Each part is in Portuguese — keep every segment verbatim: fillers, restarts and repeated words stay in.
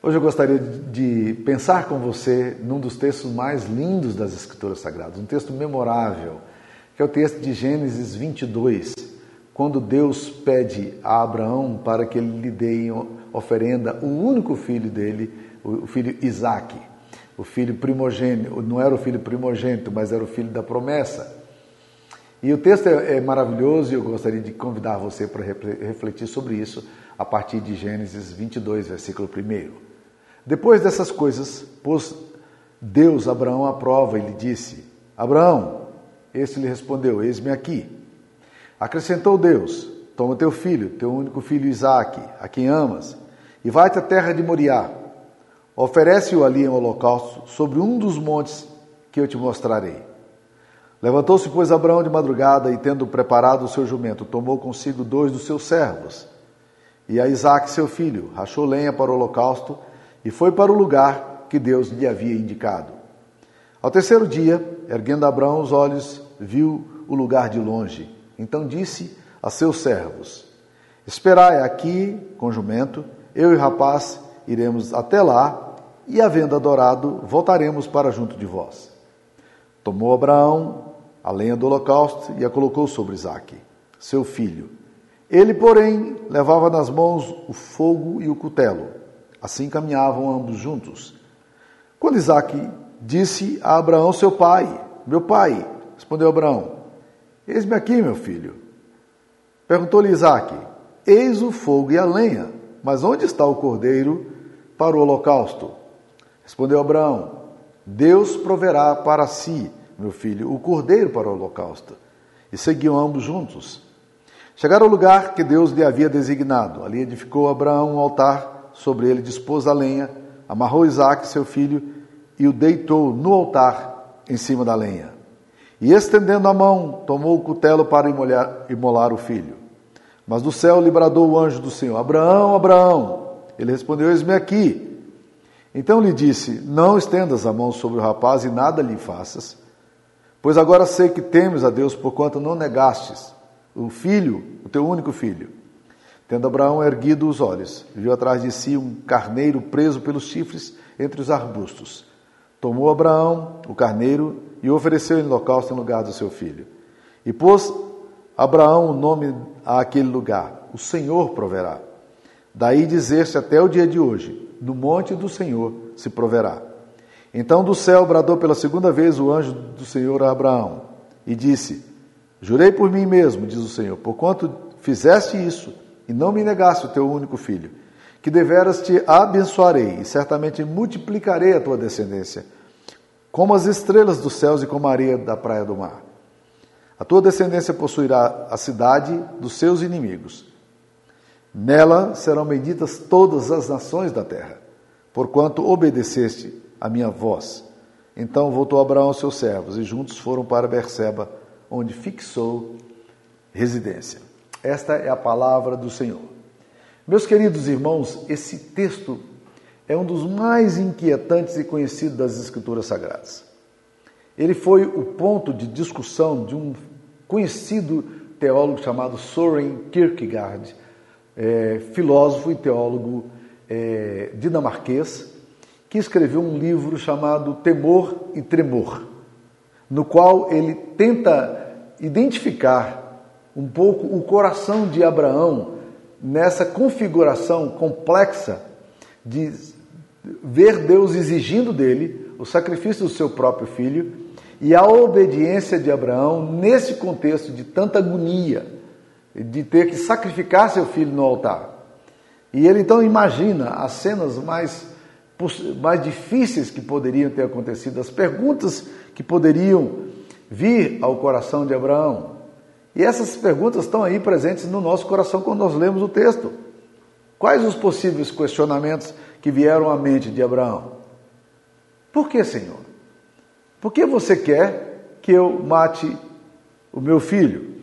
Hoje eu gostaria de pensar com você num dos textos mais lindos das Escrituras Sagradas, um texto memorável, que é o texto de Gênesis vinte e dois, quando Deus pede a Abraão para que ele lhe dê em oferenda o único filho dele, o filho Isaque, o filho primogênito, não era o filho primogênito, mas era o filho da promessa. E o texto é maravilhoso e eu gostaria de convidar você para refletir sobre isso a partir de Gênesis vinte e dois, versículo um. Depois dessas coisas, pôs Deus Abraão à prova e lhe disse: Abraão, este lhe respondeu: eis-me aqui. Acrescentou Deus: toma teu filho, teu único filho Isaque, a quem amas, e vai-te à terra de Moriá. Oferece-o ali em holocausto sobre um dos montes que eu te mostrarei. Levantou-se, pois, Abraão de madrugada e, tendo preparado o seu jumento, tomou consigo dois dos seus servos e a Isaque, seu filho, rachou lenha para o holocausto e foi para o lugar que Deus lhe havia indicado. Ao terceiro dia, erguendo Abraão os olhos, viu o lugar de longe. Então disse a seus servos: esperai aqui com o jumento, eu e o rapaz iremos até lá, e havendo adorado, voltaremos para junto de vós. Tomou Abraão a lenha do holocausto e a colocou sobre Isaque, seu filho. Ele, porém, levava nas mãos o fogo e o cutelo. Assim caminhavam ambos juntos. Quando Isaque disse a Abraão, seu pai: meu pai, respondeu Abraão: eis-me aqui, meu filho. Perguntou-lhe Isaque: eis o fogo e a lenha, mas onde está o cordeiro para o holocausto? Respondeu Abraão: Deus proverá para si, meu filho, o cordeiro para o holocausto. E seguiam ambos juntos. Chegaram ao lugar que Deus lhe havia designado. Ali edificou Abraão um altar, sobre ele dispôs a lenha, amarrou Isaque, seu filho, e o deitou no altar em cima da lenha. E estendendo a mão, tomou o cutelo para imolar, imolar o filho. Mas do céu lhe bradou o anjo do Senhor: Abraão, Abraão. Ele respondeu: eis-me aqui. Então lhe disse: não estendas a mão sobre o rapaz e nada lhe faças, pois agora sei que temes a Deus, porquanto não negastes o filho, o teu único filho. Tendo Abraão erguido os olhos, viu atrás de si um carneiro preso pelos chifres entre os arbustos. Tomou Abraão o carneiro e o ofereceu em holocausto em lugar do seu filho. E pôs Abraão o nome àquele lugar: o Senhor proverá. Daí dizer-se até o dia de hoje: no monte do Senhor se proverá. Então do céu bradou pela segunda vez o anjo do Senhor a Abraão e disse: jurei por mim mesmo, diz o Senhor, porquanto fizeste isso e não me negaste o teu único filho, que deveras te abençoarei e certamente multiplicarei a tua descendência, como as estrelas dos céus e como a areia da praia do mar. A tua descendência possuirá a cidade dos seus inimigos. Nela serão benditas todas as nações da terra, porquanto obedeceste a minha voz. Então voltou Abraão aos seus servos, e juntos foram para Berseba, onde fixou residência. Esta é a palavra do Senhor. Meus queridos irmãos, esse texto é um dos mais inquietantes e conhecidos das Escrituras Sagradas. Ele foi o ponto de discussão de um conhecido teólogo chamado Søren Kierkegaard, é, filósofo e teólogo é, dinamarquês, que escreveu um livro chamado Temor e Tremor, no qual ele tenta identificar um pouco o coração de Abraão nessa configuração complexa de ver Deus exigindo dele o sacrifício do seu próprio filho e a obediência de Abraão nesse contexto de tanta agonia, de ter que sacrificar seu filho no altar. E ele então imagina as cenas mais, mais difíceis que poderiam ter acontecido, as perguntas que poderiam vir ao coração de Abraão. E essas perguntas estão aí presentes no nosso coração quando nós lemos o texto. Quais os possíveis questionamentos que vieram à mente de Abraão? Por que, Senhor? Por que você quer que eu mate o meu filho?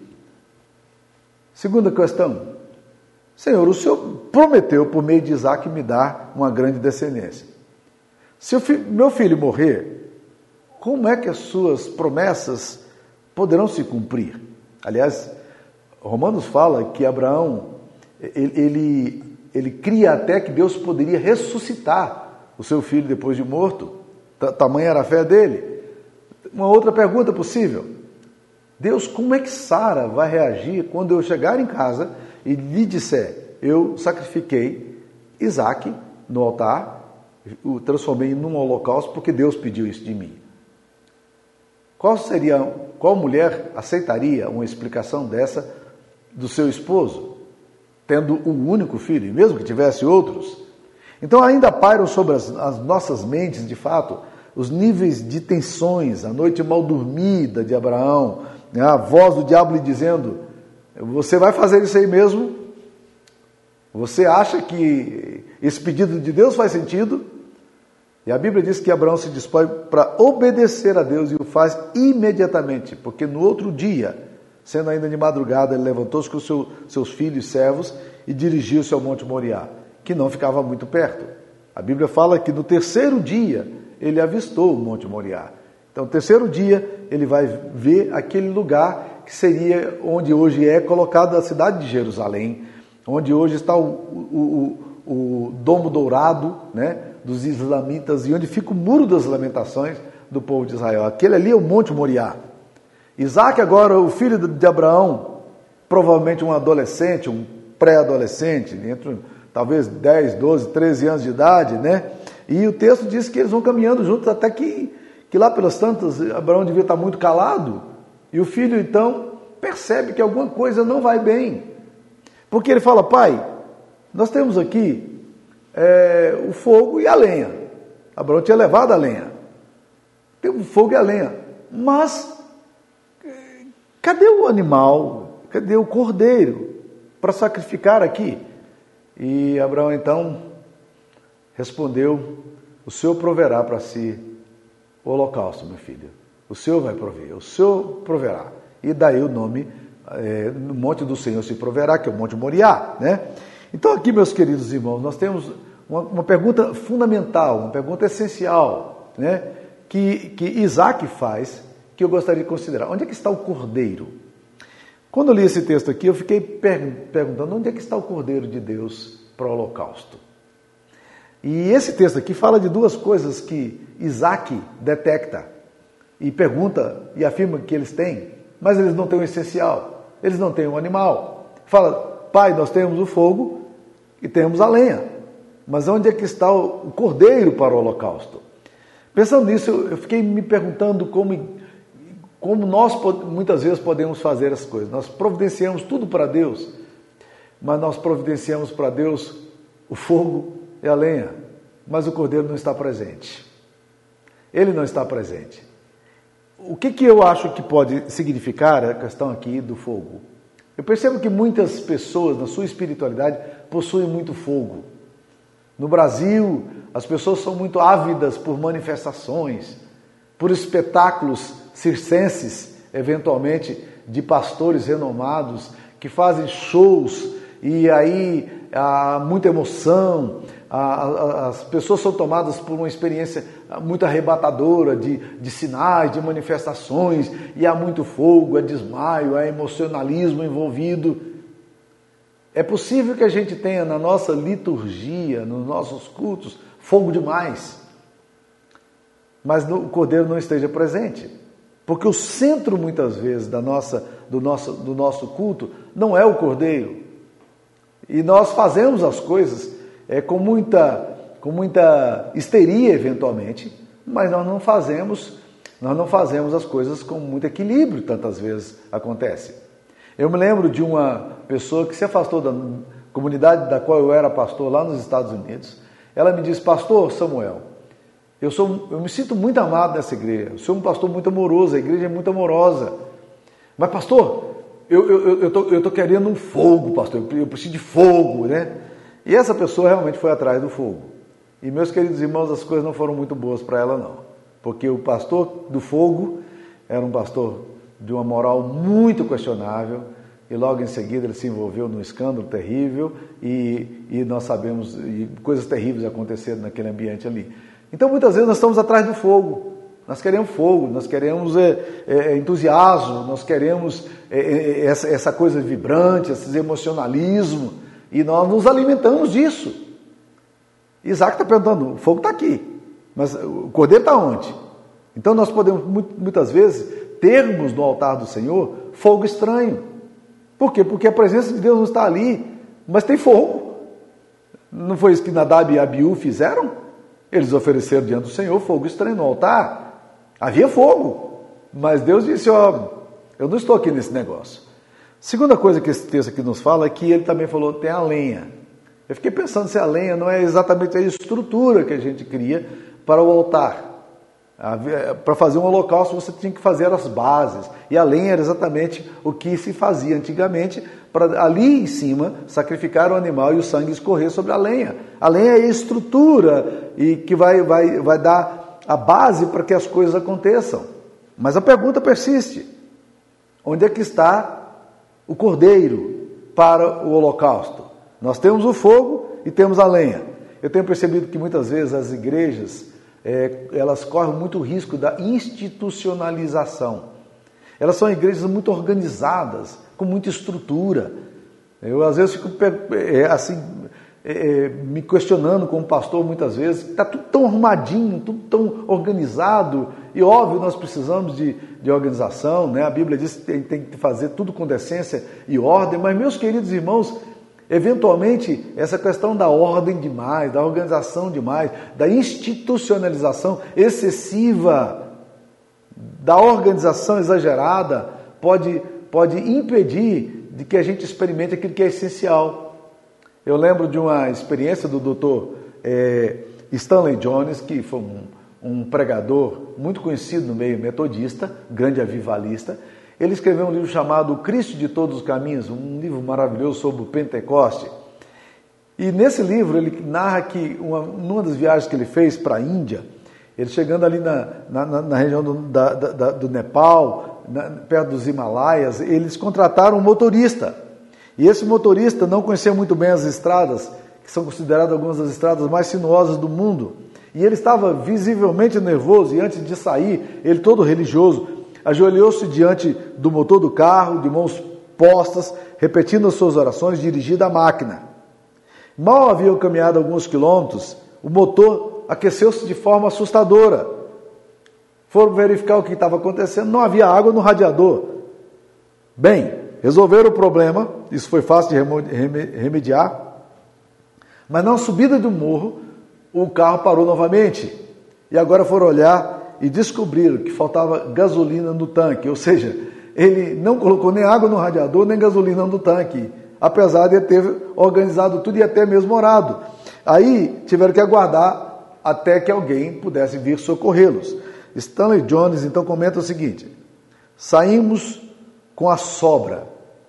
Segunda questão: Senhor, o Senhor prometeu por meio de Isaque me dar uma grande descendência. Se o fi- meu filho morrer, como é que as suas promessas poderão se cumprir? Aliás, Romanos fala que Abraão, ele, ele ele cria até que Deus poderia ressuscitar o seu filho depois de morto. Tamanha era a fé dele. Uma outra pergunta possível: Deus, como é que Sara vai reagir quando eu chegar em casa e lhe disser, eu sacrifiquei Isaque no altar, o transformei num holocausto porque Deus pediu isso de mim? Qual seria, qual mulher aceitaria uma explicação dessa do seu esposo, tendo um único filho, mesmo que tivesse outros? Então ainda pairam sobre as, as nossas mentes, de fato, os níveis de tensões, a noite mal dormida de Abraão, né, a voz do diabo lhe dizendo, você vai fazer isso aí mesmo? Você acha que esse pedido de Deus faz sentido? E a Bíblia diz que Abraão se dispõe para obedecer a Deus e o faz imediatamente, porque no outro dia, sendo ainda de madrugada, ele levantou-se com seu, seus filhos e servos e dirigiu-se ao Monte Moriá, que não ficava muito perto. A Bíblia fala que no terceiro dia ele avistou o Monte Moriá. Então, no terceiro dia, ele vai ver aquele lugar que seria onde hoje é colocada a cidade de Jerusalém, onde hoje está o, o, o, o Domo Dourado, né, dos islamitas, e onde fica o Muro das Lamentações do povo de Israel. Aquele ali é o Monte Moriá. Isaac agora, o filho de Abraão, provavelmente um adolescente, um pré-adolescente, entre talvez dez, doze, treze anos de idade, né? E o texto diz que eles vão caminhando juntos até que, que lá pelas tantas, Abraão devia estar muito calado, e o filho então percebe que alguma coisa não vai bem, porque ele fala, pai, nós temos aqui é, o fogo e a lenha. Abraão tinha levado a lenha, tem o fogo e a lenha, mas cadê o animal, cadê o cordeiro para sacrificar aqui? E Abraão então respondeu, o Senhor proverá para si o holocausto, meu filho. O Senhor vai prover, o Senhor proverá. E daí o nome, é, no monte do Senhor se proverá, que é o Monte Moriá, né? Então aqui, meus queridos irmãos, nós temos uma, uma pergunta fundamental, uma pergunta essencial, né? Que, que Isaac faz, que eu gostaria de considerar. Onde é que está o cordeiro? Quando eu li esse texto aqui, eu fiquei per- perguntando, onde é que está o cordeiro de Deus para o holocausto? E esse texto aqui fala de duas coisas que Isaac detecta e pergunta e afirma que eles têm, mas eles não têm o essencial, eles não têm o animal. Fala, pai, nós temos o fogo e temos a lenha, mas onde é que está o cordeiro para o holocausto? Pensando nisso, eu fiquei me perguntando como, como nós muitas vezes podemos fazer as coisas. Nós providenciamos tudo para Deus, mas nós providenciamos para Deus o fogo e a lenha, mas o cordeiro não está presente. Ele não está presente. O que, que eu acho que pode significar a questão aqui do fogo? Eu percebo que muitas pessoas, na sua espiritualidade, possuem muito fogo. No Brasil, as pessoas são muito ávidas por manifestações, por espetáculos circenses, eventualmente, de pastores renomados, que fazem shows, e aí há muita emoção, as pessoas são tomadas por uma experiência muito arrebatadora de, de sinais, de manifestações, e há muito fogo, há desmaio, há emocionalismo envolvido. É possível que a gente tenha na nossa liturgia, nos nossos cultos, fogo demais, mas no, o cordeiro não esteja presente, porque o centro muitas vezes da nossa, do, nosso, do nosso culto não é o cordeiro. E nós fazemos as coisas é, com, muita, com muita histeria, eventualmente, mas nós não fazemos, nós não fazemos as coisas com muito equilíbrio, tantas vezes acontece. Eu me lembro de uma pessoa que se afastou da comunidade da qual eu era pastor lá nos Estados Unidos. Ela me disse, pastor Samuel, eu, sou, eu me sinto muito amado nessa igreja, eu sou um pastor muito amoroso, a igreja é muito amorosa. Mas pastor, eu eu eu tô, eu tô querendo um fogo, pastor, eu preciso de fogo, né? E essa pessoa realmente foi atrás do fogo. E meus queridos irmãos, as coisas não foram muito boas para ela não, porque o pastor do fogo era um pastor de uma moral muito questionável, e logo em seguida ele se envolveu num escândalo terrível, e, e nós sabemos, e coisas terríveis aconteceram naquele ambiente ali. Então muitas vezes nós estamos atrás do fogo. Nós queremos fogo, nós queremos é, é, entusiasmo, nós queremos é, é, essa, essa coisa vibrante, esse emocionalismo, E nós nos alimentamos disso. Isaac está perguntando, o fogo está aqui, mas o cordeiro está onde? Então nós podemos muitas vezes termos no altar do Senhor fogo estranho. Por quê? Porque a presença de Deus não está ali, mas tem fogo. Não foi isso que Nadab e Abiú fizeram? Eles ofereceram diante do Senhor fogo estranho no altar. Havia fogo, mas Deus disse, ó, eu não estou aqui nesse negócio. Segunda coisa que esse texto aqui nos fala é que ele também falou, tem a lenha. Eu fiquei pensando se a lenha não é exatamente a estrutura que a gente cria para o altar. Para fazer um holocausto você tinha que fazer as bases. E a lenha era exatamente o que se fazia antigamente, para ali em cima sacrificar o animal e o sangue escorrer sobre a lenha. A lenha é a estrutura e que vai, vai, vai dar a base para que as coisas aconteçam. Mas a pergunta persiste. Onde é que está o cordeiro para o holocausto? Nós temos o fogo e temos a lenha. Eu tenho percebido que muitas vezes as igrejas, é, elas correm muito risco da institucionalização. Elas são igrejas muito organizadas, com muita estrutura. Eu às vezes fico é, assim, é, me questionando como pastor muitas vezes, está tudo tão arrumadinho, tudo tão organizado, e óbvio nós precisamos de, de organização, né? A Bíblia diz que tem, tem que fazer tudo com decência e ordem, mas meus queridos irmãos, eventualmente, essa questão da ordem demais, da organização demais, da institucionalização excessiva, da organização exagerada, pode, pode impedir de que a gente experimente aquilo que é essencial. Eu lembro de uma experiência do doutor é, Stanley Jones, que foi um, um pregador muito conhecido no meio metodista, grande avivalista. Ele escreveu um livro chamado O Cristo de Todos os Caminhos, um livro maravilhoso sobre o Pentecoste. E nesse livro ele narra que, uma, numa das viagens que ele fez para a Índia, ele chegando ali na, na, na região do, da, da, do Nepal, na, perto dos Himalaias, eles contrataram um motorista. E esse motorista não conhecia muito bem as estradas, que são consideradas algumas das estradas mais sinuosas do mundo. E ele estava visivelmente nervoso, e antes de sair, ele todo religioso, ajoelhou-se diante do motor do carro, de mãos postas, repetindo as suas orações, dirigindo a máquina. Mal haviam caminhado alguns quilômetros, o motor aqueceu-se de forma assustadora. Foram verificar o que estava acontecendo, não havia água no radiador. Bem, resolveram o problema, isso foi fácil de remediar, mas na subida do morro, o carro parou novamente. E agora foram olhar e descobriram que faltava gasolina no tanque, ou seja, ele não colocou nem água no radiador, nem gasolina no tanque, apesar de ter organizado tudo e até mesmo orado. Aí tiveram que aguardar até que alguém pudesse vir socorrê-los. Stanley Jones então comenta o seguinte: saímos com a sobra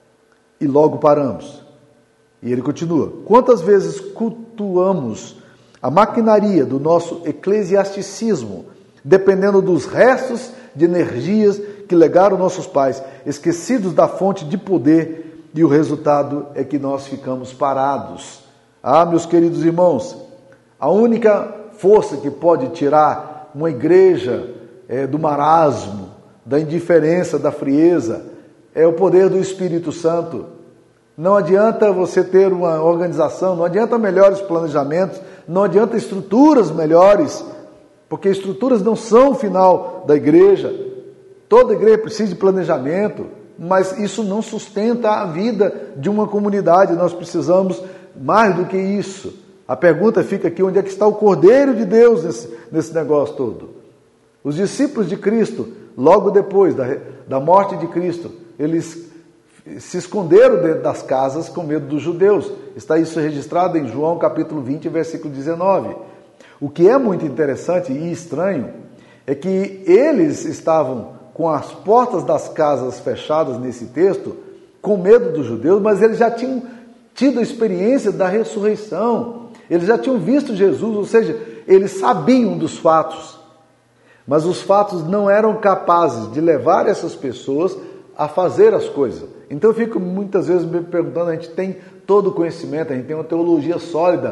e logo paramos. E ele continua: quantas vezes cultuamos a maquinaria do nosso eclesiasticismo, dependendo dos restos de energias que legaram nossos pais, esquecidos da fonte de poder, e o resultado é que nós ficamos parados. Ah, meus queridos irmãos, a única força que pode tirar uma igreja é, do marasmo, da indiferença, da frieza, é o poder do Espírito Santo. Não adianta você ter uma organização, não adianta melhores planejamentos, não adianta estruturas melhores, porque estruturas não são o final da igreja. Toda igreja precisa de planejamento, mas isso não sustenta a vida de uma comunidade. Nós precisamos mais do que isso. A pergunta fica aqui: onde é que está o Cordeiro de Deus nesse, nesse negócio todo? Os discípulos de Cristo, logo depois da, da morte de Cristo, eles se esconderam dentro das casas com medo dos judeus. Está isso registrado em João capítulo vinte, versículo dezenove. O que é muito interessante e estranho é que eles estavam com as portas das casas fechadas nesse texto, com medo dos judeus, mas eles já tinham tido a experiência da ressurreição, eles já tinham visto Jesus, ou seja, eles sabiam dos fatos, mas os fatos não eram capazes de levar essas pessoas a fazer as coisas. Então eu fico muitas vezes me perguntando, a gente tem todo o conhecimento, a gente tem uma teologia sólida,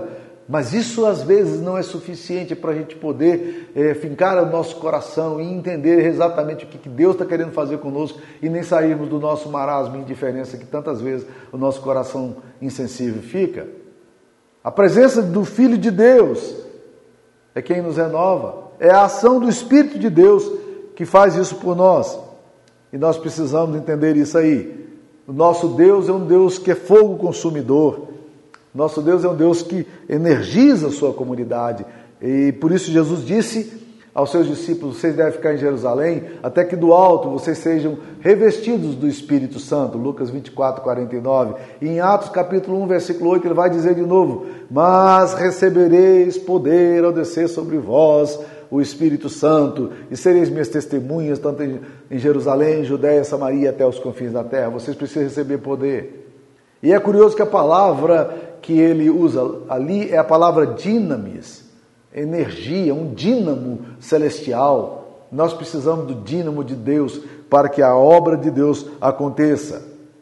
Mas isso às vezes não é suficiente para a gente poder é, fincar o nosso coração e entender exatamente o que Deus está querendo fazer conosco e nem sairmos do nosso marasmo e indiferença que tantas vezes o nosso coração insensível fica. A presença do Filho de Deus é quem nos renova. É a ação do Espírito de Deus que faz isso por nós. E nós precisamos entender isso aí. O nosso Deus é um Deus que é fogo consumidor. Nosso Deus é um Deus que energiza a sua comunidade. E por isso Jesus disse aos seus discípulos: vocês devem ficar em Jerusalém, até que do alto vocês sejam revestidos do Espírito Santo. Lucas vinte e quatro, quarenta e nove. E em Atos capítulo um, versículo oito, ele vai dizer de novo: mas recebereis poder ao descer sobre vós o Espírito Santo, e sereis minhas testemunhas, tanto em Jerusalém, Judéia, Samaria, até os confins da terra. Vocês precisam receber poder. E é curioso que a palavra que ele usa ali é a palavra dinamis, energia, um dínamo celestial. Nós precisamos do dínamo de Deus para que a obra de Deus aconteça.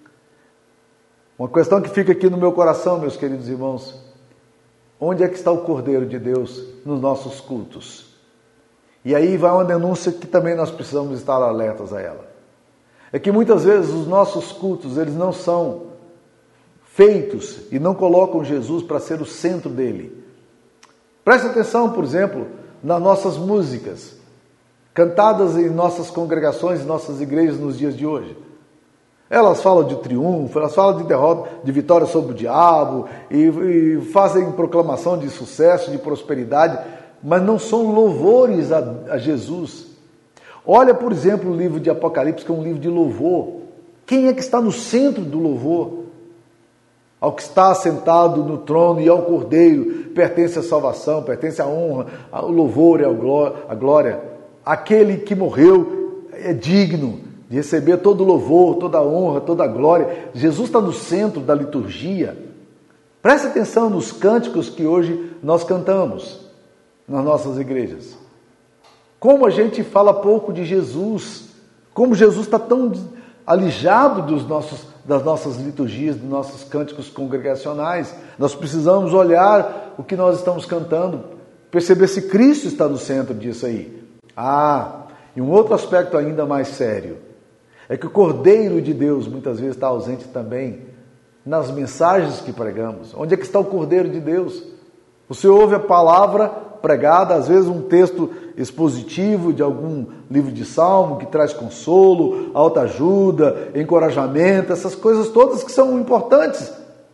Uma questão que fica aqui no meu coração, meus queridos irmãos: onde é que está o Cordeiro de Deus nos nossos cultos? E aí vai uma denúncia que também nós precisamos estar alertas a ela. É que muitas vezes os nossos cultos, eles não são feitos e não colocam Jesus para ser o centro dele. Preste atenção, por exemplo, nas nossas músicas, cantadas em nossas congregações, em nossas igrejas nos dias de hoje. Elas falam de triunfo, elas falam de derrota, de vitória sobre o diabo, e, e fazem proclamação de sucesso, de prosperidade, mas não são louvores a, a Jesus. Olha, por exemplo, o livro de Apocalipse, que é um livro de louvor. Quem é que está no centro do louvor? Ao que está assentado no trono e ao Cordeiro pertence a salvação, pertence a honra, o louvor e a glória. Aquele que morreu é digno de receber todo o louvor, toda a honra, toda a glória. Jesus está no centro da liturgia. Preste atenção nos cânticos que hoje nós cantamos nas nossas igrejas. Como a gente fala pouco de Jesus, como Jesus está tão alijado dos nossos, das nossas liturgias, dos nossos cânticos congregacionais. Nós precisamos olhar o que nós estamos cantando, perceber se Cristo está no centro disso aí. Ah, e um outro aspecto ainda mais sério, é que o Cordeiro de Deus muitas vezes está ausente também nas mensagens que pregamos. Onde é que está o Cordeiro de Deus? Você ouve a palavra pregada, às vezes um texto expositivo de algum livro de salmo que traz consolo, autoajuda, encorajamento, essas coisas todas que são importantes.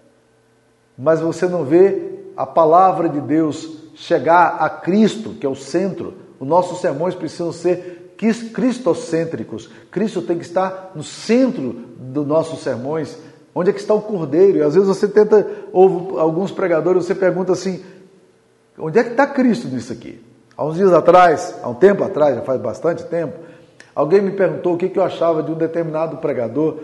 Mas você não vê a palavra de Deus chegar a Cristo, que é o centro. Os nossos sermões precisam ser cristocêntricos. Cristo tem que estar no centro dos nossos sermões. Onde é que está o Cordeiro? E às vezes você tenta, ouve alguns pregadores, você pergunta assim: onde é que está Cristo nisso aqui? Há uns dias atrás, há um tempo atrás, já faz bastante tempo, alguém me perguntou o que eu achava de um determinado pregador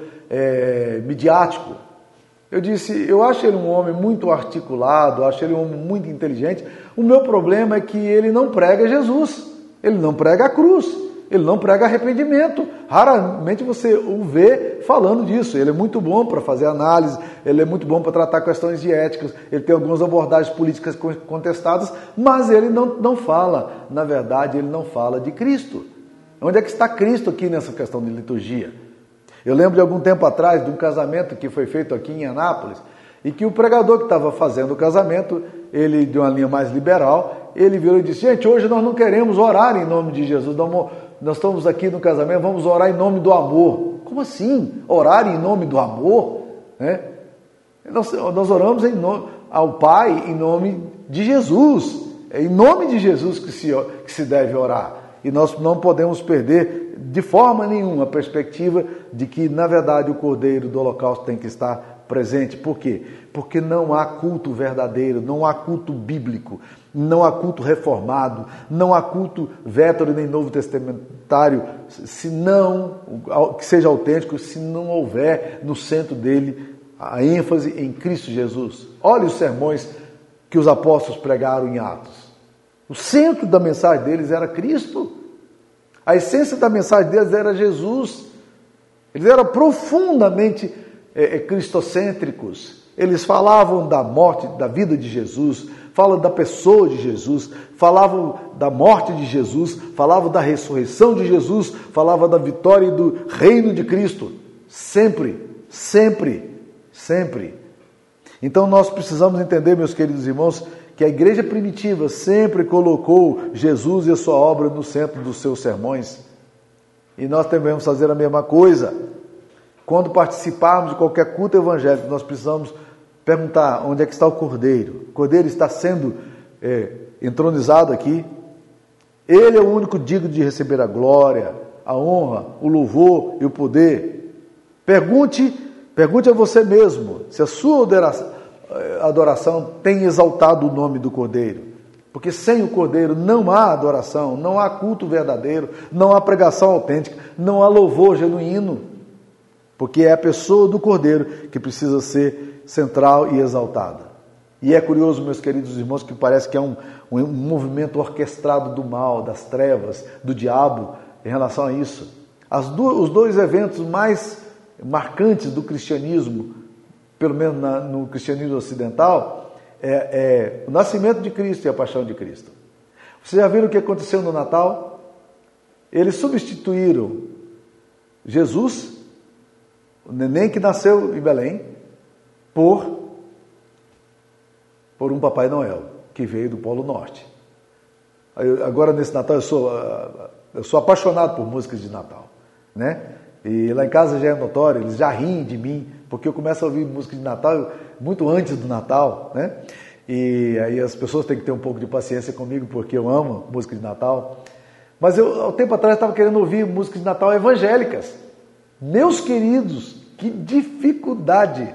é, midiático. Eu disse: eu acho ele um homem muito articulado, acho ele um homem muito inteligente. O meu problema é que ele não prega Jesus, ele não prega a cruz, ele não prega arrependimento. Raramente você o vê falando disso. Ele é muito bom para fazer análise, ele é muito bom para tratar questões de éticas, ele tem algumas abordagens políticas contestadas, mas ele não, não fala, na verdade, ele não fala de Cristo. Onde é que está Cristo aqui nessa questão de liturgia? Eu lembro de algum tempo atrás de um casamento que foi feito aqui em Anápolis, e que o pregador que estava fazendo o casamento, ele de uma linha mais liberal, ele virou e disse: gente, hoje nós não queremos orar em nome de Jesus, não, nós estamos aqui no casamento, vamos orar em nome do amor. Como assim? Orar em nome do amor? Né? Nós, nós oramos em nome, ao Pai em nome de Jesus. É em nome de Jesus que se, que se deve orar. E nós não podemos perder de forma nenhuma a perspectiva de que, na verdade, o Cordeiro do Holocausto tem que estar presente. Por quê? Porque não há culto verdadeiro, não há culto bíblico, não há culto reformado, não há culto vétero nem novo testamentário, se não, que seja autêntico, se não houver no centro dele a ênfase em Cristo Jesus. Olhe os sermões que os apóstolos pregaram em Atos. O centro da mensagem deles era Cristo. A essência da mensagem deles era Jesus. Eles eram profundamente é, é, cristocêntricos. eles falavam da morte, da vida de Jesus, falam da pessoa de Jesus, falavam da morte de Jesus, falavam da ressurreição de Jesus, falavam da vitória do reino de Cristo. Sempre, sempre, sempre. Então nós precisamos entender, meus queridos irmãos, que a igreja primitiva sempre colocou Jesus e a sua obra no centro dos seus sermões. E nós devemos fazer a mesma coisa. Quando participarmos de qualquer culto evangélico, nós precisamos perguntar onde é que está o Cordeiro. O Cordeiro está sendo é, entronizado aqui. Ele é o único digno de receber a glória, a honra, o louvor e o poder. Pergunte, pergunte a você mesmo se a sua adoração, adoração tem exaltado o nome do Cordeiro. Porque sem o Cordeiro não há adoração, não há culto verdadeiro, não há pregação autêntica, não há louvor genuíno. Porque é a pessoa do Cordeiro que precisa ser central e exaltada. E é curioso, meus queridos irmãos, que parece que é um, um, um movimento orquestrado do mal, das trevas, do diabo em relação a isso. As do, os dois eventos mais marcantes do cristianismo, pelo menos na, no cristianismo ocidental, é, é o nascimento de Cristo e a paixão de Cristo. Vocês já viram o que aconteceu no Natal? Eles substituíram Jesus, o neném que nasceu em Belém, por, por um Papai Noel, que veio do Polo Norte. Eu, agora, nesse Natal, eu sou, eu sou apaixonado por músicas de Natal, né? E lá em casa já é notório, eles já riem de mim, porque eu começo a ouvir música de Natal muito antes do Natal, né? E aí as pessoas têm que ter um pouco de paciência comigo, porque eu amo música de Natal. Mas eu, há um tempo atrás, estava querendo ouvir músicas de Natal evangélicas. Meus queridos, que dificuldade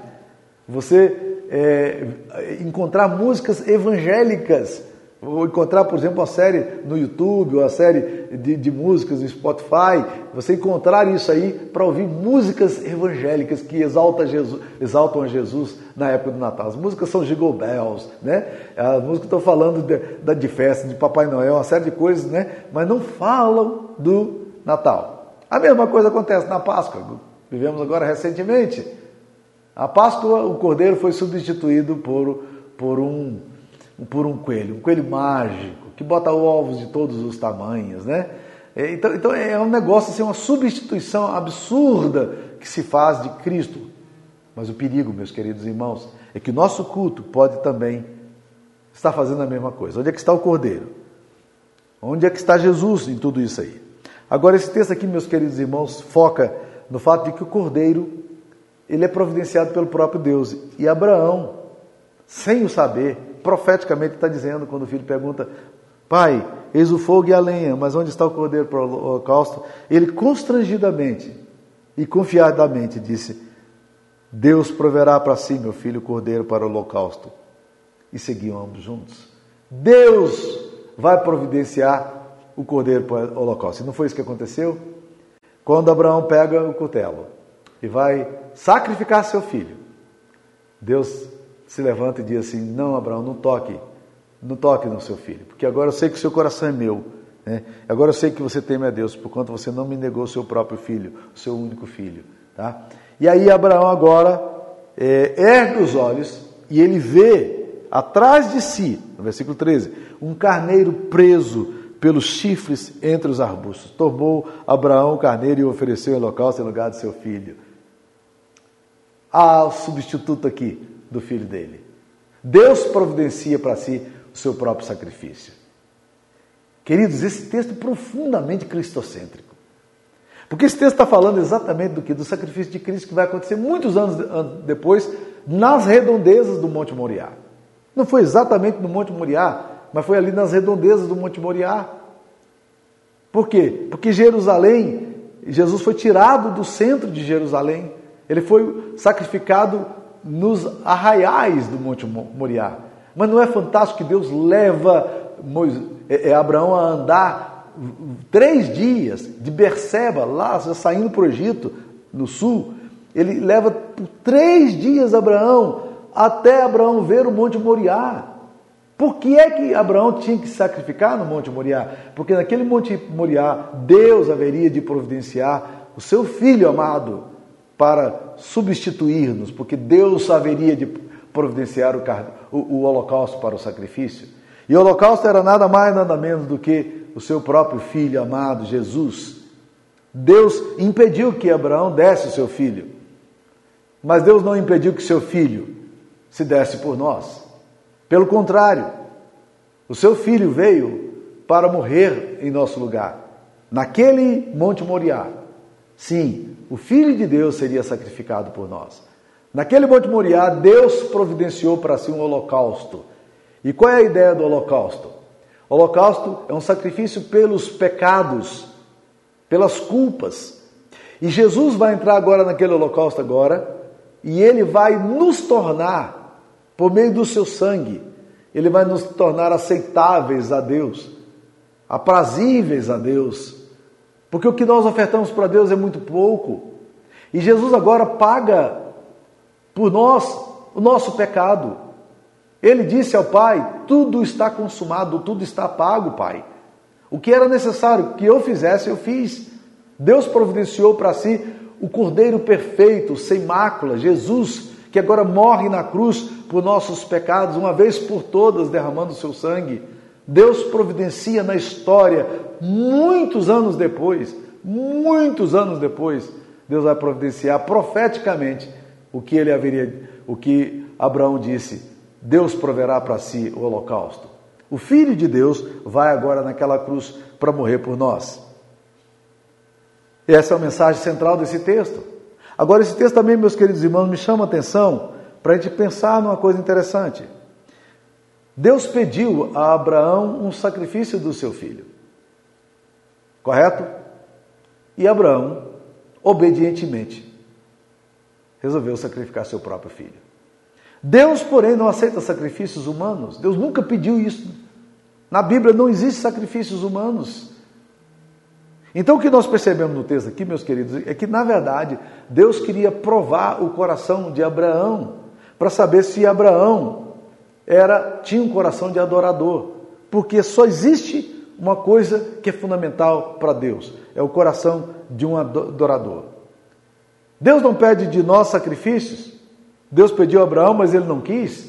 você é, encontrar músicas evangélicas, ou encontrar, por exemplo, uma série no YouTube, ou uma série de, de músicas no Spotify, você encontrar isso aí para ouvir músicas evangélicas que exaltam, Jesus, exaltam a Jesus na época do Natal. As músicas são Jingle Bells, né? As músicas estão falando de, de festa, de Papai Noel, uma série de coisas, né? Mas não falam do Natal. A mesma coisa acontece na Páscoa. Vivemos agora recentemente. A Páscoa, o Cordeiro foi substituído por, por, um, por um coelho, um coelho mágico, que bota ovos de todos os tamanhos, né? Então, então é um negócio, assim, uma substituição absurda que se faz de Cristo. Mas o perigo, meus queridos irmãos, é que o nosso culto pode também estar fazendo a mesma coisa. Onde é que está o Cordeiro? Onde é que está Jesus em tudo isso aí? Agora, esse texto aqui, meus queridos irmãos, foca no fato de que o Cordeiro, ele é providenciado pelo próprio Deus. E Abraão, sem o saber, profeticamente está dizendo, quando o filho pergunta: Pai, eis o fogo e a lenha, mas onde está o Cordeiro para o holocausto? Ele constrangidamente e confiadamente disse: Deus proverá para si, meu filho, o Cordeiro para o holocausto. E seguiam ambos juntos. Deus vai providenciar o Cordeiro para o holocausto. E não foi isso que aconteceu? Quando Abraão pega o cutelo e vai sacrificar seu filho, Deus se levanta e diz assim: não, Abraão, não toque, não toque no seu filho, porque agora eu sei que o seu coração é meu, né? Agora eu sei que você teme a Deus, porquanto você não me negou o seu próprio filho, o seu único filho, tá? E aí Abraão agora é, ergue os olhos e ele vê atrás de si, no versículo treze, um carneiro preso pelos chifres entre os arbustos. Tomou Abraão o carneiro e o ofereceu em holocausto em lugar de seu filho. Ah, o substituto aqui do filho dele. Deus providencia para si o seu próprio sacrifício. Queridos, esse texto é profundamente cristocêntrico. Porque esse texto está falando exatamente do que? Do sacrifício de Cristo que vai acontecer muitos anos depois nas redondezas do Monte Moriá. Não foi exatamente no Monte Moriá, mas foi ali nas redondezas do Monte Moriá. Por quê? Porque Jerusalém, Jesus foi tirado do centro de Jerusalém. Ele foi sacrificado nos arraiais do Monte Moriá. Mas não é fantástico que Deus leva Moisés, é, é Abraão a andar três dias de Berseba, lá saindo para o Egito, no sul. Ele leva por três dias Abraão, até Abraão ver o Monte Moriá. Por que é que Abraão tinha que se sacrificar no Monte Moriá? Porque naquele Monte Moriá, Deus haveria de providenciar o seu Filho amado para substituir-nos, porque Deus haveria de providenciar o, o, o holocausto para o sacrifício. E o holocausto era nada mais, nada menos do que o seu próprio filho amado, Jesus. Deus impediu que Abraão desse o seu filho, mas Deus não impediu que seu filho se desse por nós. Pelo contrário, o seu filho veio para morrer em nosso lugar, naquele Monte Moriá. Sim, o Filho de Deus seria sacrificado por nós. Naquele Monte Moriá, Deus providenciou para si um holocausto. E qual é a ideia do holocausto? O holocausto é um sacrifício pelos pecados, pelas culpas. E Jesus vai entrar agora naquele holocausto agora, e ele vai nos tornar, por meio do seu sangue, ele vai nos tornar aceitáveis a Deus, aprazíveis a Deus, porque o que nós ofertamos para Deus é muito pouco, e Jesus agora paga por nós o nosso pecado. Ele disse ao Pai: tudo está consumado, tudo está pago, Pai. O que era necessário que eu fizesse, eu fiz. Deus providenciou para si o Cordeiro perfeito, sem mácula, Jesus, que agora morre na cruz por nossos pecados, uma vez por todas, derramando o seu sangue. Deus providencia na história, muitos anos depois, muitos anos depois, Deus vai providenciar profeticamente o que ele haveria, o que Abraão disse: Deus proverá para si o holocausto. O Filho de Deus vai agora naquela cruz para morrer por nós. E essa é a mensagem central desse texto. Agora, esse texto também, meus queridos irmãos, me chama a atenção para a gente pensar numa coisa interessante. Deus pediu a Abraão um sacrifício do seu filho. Correto? E Abraão, obedientemente, resolveu sacrificar seu próprio filho. Deus, porém, não aceita sacrifícios humanos. Deus nunca pediu isso. Na Bíblia não existe sacrifícios humanos. Então, o que nós percebemos no texto aqui, meus queridos, é que, na verdade, Deus queria provar o coração de Abraão, para saber se Abraão era, tinha um coração de adorador. Porque só existe uma coisa que é fundamental para Deus: é o coração de um adorador. Deus não pede de nós sacrifícios. Deus pediu a Abraão, mas ele não quis.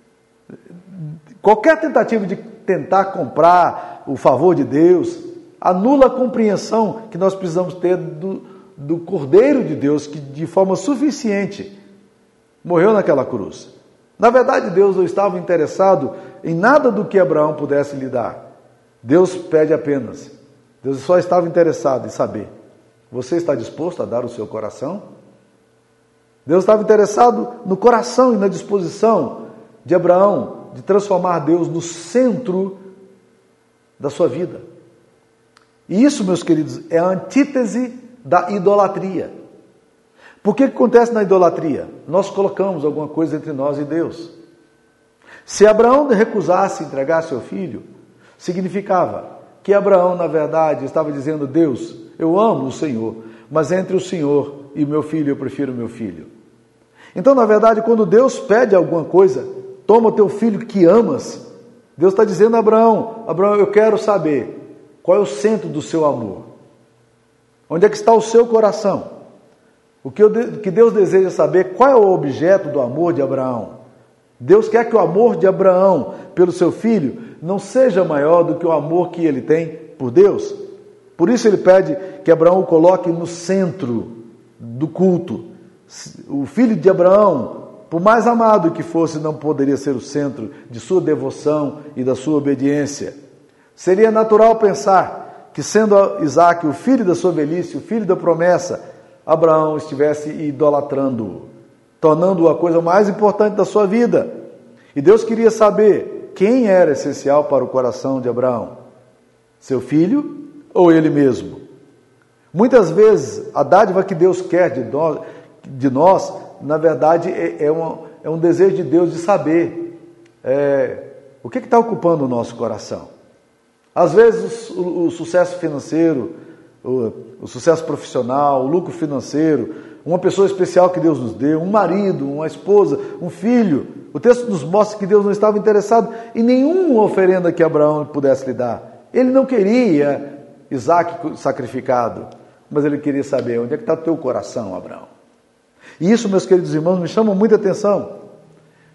Qualquer tentativa de tentar comprar o favor de Deus anula a compreensão que nós precisamos ter do, do Cordeiro de Deus, que de forma suficiente morreu naquela cruz. Na verdade, Deus não estava interessado em nada do que Abraão pudesse lhe dar. Deus pede apenas. Deus só estava interessado em saber: você está disposto a dar o seu coração? Deus estava interessado no coração e na disposição de Abraão de transformar Deus no centro da sua vida. E isso, meus queridos, é a antítese da idolatria. Por que que acontece na idolatria? Nós colocamos alguma coisa entre nós e Deus. Se Abraão recusasse entregar seu filho, significava que Abraão, na verdade, estava dizendo: Deus, eu amo o Senhor, mas entre o Senhor e o meu filho, eu prefiro o meu filho. Então, na verdade, quando Deus pede alguma coisa, toma o teu filho que amas, Deus está dizendo a Abraão: Abraão, eu quero saber qual é o centro do seu amor. Onde é que está o seu coração? O que, eu, que Deus deseja saber, qual é o objeto do amor de Abraão? Deus quer que o amor de Abraão pelo seu filho não seja maior do que o amor que ele tem por Deus. Por isso ele pede que Abraão o coloque no centro do culto. O filho de Abraão, por mais amado que fosse, não poderia ser o centro de sua devoção e da sua obediência. Seria natural pensar que, sendo Isaque o filho da sua velhice, o filho da promessa, Abraão estivesse idolatrando-o, tornando-o a coisa mais importante da sua vida. E Deus queria saber quem era essencial para o coração de Abraão: seu filho ou ele mesmo? Muitas vezes, a dádiva que Deus quer de nós, de nós na verdade, é, é, uma, é um desejo de Deus de saber é, o que está ocupando o nosso coração. Às vezes, o, o sucesso financeiro, o, o sucesso profissional, o lucro financeiro, uma pessoa especial que Deus nos deu, um marido, uma esposa, um filho. O texto nos mostra que Deus não estava interessado em nenhuma oferenda que Abraão pudesse lhe dar. Ele não queria Isaque sacrificado, mas ele queria saber: onde é que está o teu coração, Abraão? E isso, meus queridos irmãos, me chama muita atenção,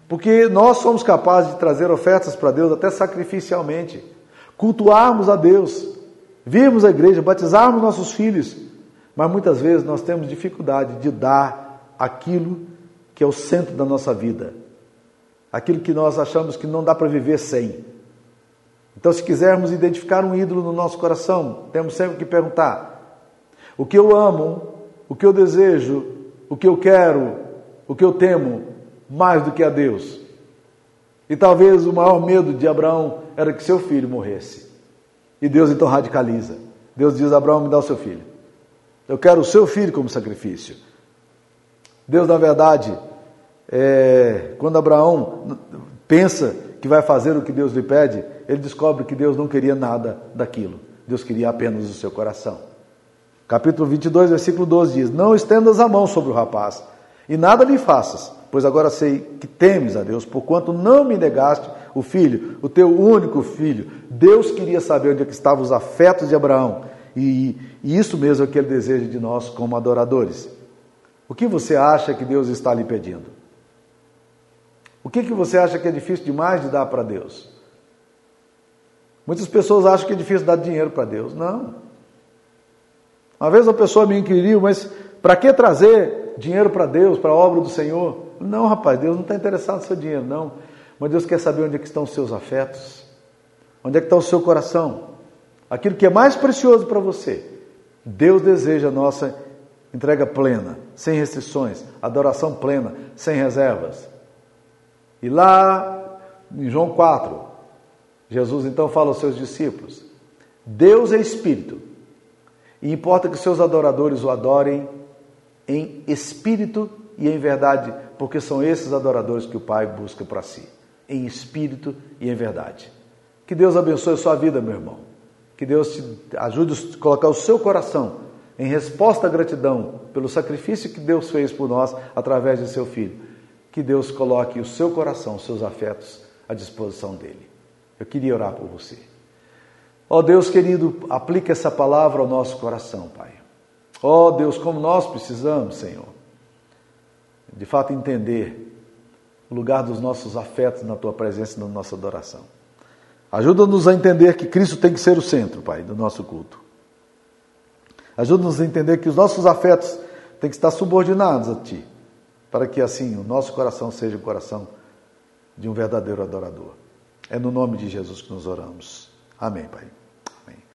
Porque nós somos capazes de trazer ofertas para Deus até sacrificialmente, cultuarmos a Deus, virmos à igreja, batizarmos nossos filhos, mas muitas vezes nós temos dificuldade de dar aquilo que é o centro da nossa vida, aquilo que nós achamos que não dá para viver sem. Então, se quisermos identificar um ídolo no nosso coração, temos sempre que perguntar: o que eu amo, o que eu desejo, o que eu quero, o que eu temo, mais do que a Deus? E talvez o maior medo de Abraão era que seu filho morresse. E Deus então radicaliza. Deus diz: Abraão, me dá o seu filho. Eu quero o seu filho como sacrifício. Deus, na verdade, é, quando Abraão pensa que vai fazer o que Deus lhe pede, ele descobre que Deus não queria nada daquilo. Deus queria apenas o seu coração. Capítulo vinte e dois, versículo doze diz: não estendas a mão sobre o rapaz, e nada lhe faças, pois agora sei que temes a Deus, porquanto não me negaste o filho, o teu único filho. Deus queria saber onde é que estavam os afetos de Abraão, e, e isso mesmo é o que ele deseja de nós como adoradores. O que você acha que Deus está lhe pedindo? O que, que você acha que é difícil demais de dar para Deus? Muitas pessoas acham que é difícil dar dinheiro para Deus. Não. Uma vez uma pessoa me inquiriu: mas para que trazer dinheiro para Deus, para a obra do Senhor? Não, rapaz, Deus não está interessado no seu dinheiro, não. Mas Deus quer saber onde é que estão os seus afetos, onde é que está o seu coração, aquilo que é mais precioso para você. Deus deseja a nossa entrega plena, sem restrições, adoração plena, sem reservas. E lá em João quatro, Jesus então fala aos seus discípulos: Deus é Espírito, e importa que seus adoradores o adorem em espírito e em verdade, porque são esses adoradores que o Pai busca para si, em espírito e em verdade. Que Deus abençoe a sua vida, meu irmão. Que Deus te ajude a colocar o seu coração em resposta à gratidão pelo sacrifício que Deus fez por nós através de seu Filho. Que Deus coloque o seu coração, os seus afetos à disposição dele. Eu queria orar por você. Ó Deus querido, aplique essa palavra ao nosso coração, Pai. Ó Deus, como nós precisamos, Senhor, de fato entender o lugar dos nossos afetos na Tua presença e na nossa adoração. Ajuda-nos a entender que Cristo tem que ser o centro, Pai, do nosso culto. Ajuda-nos a entender que os nossos afetos têm que estar subordinados a Ti, para que assim o nosso coração seja o coração de um verdadeiro adorador. É no nome de Jesus que nos oramos. Amém, Pai.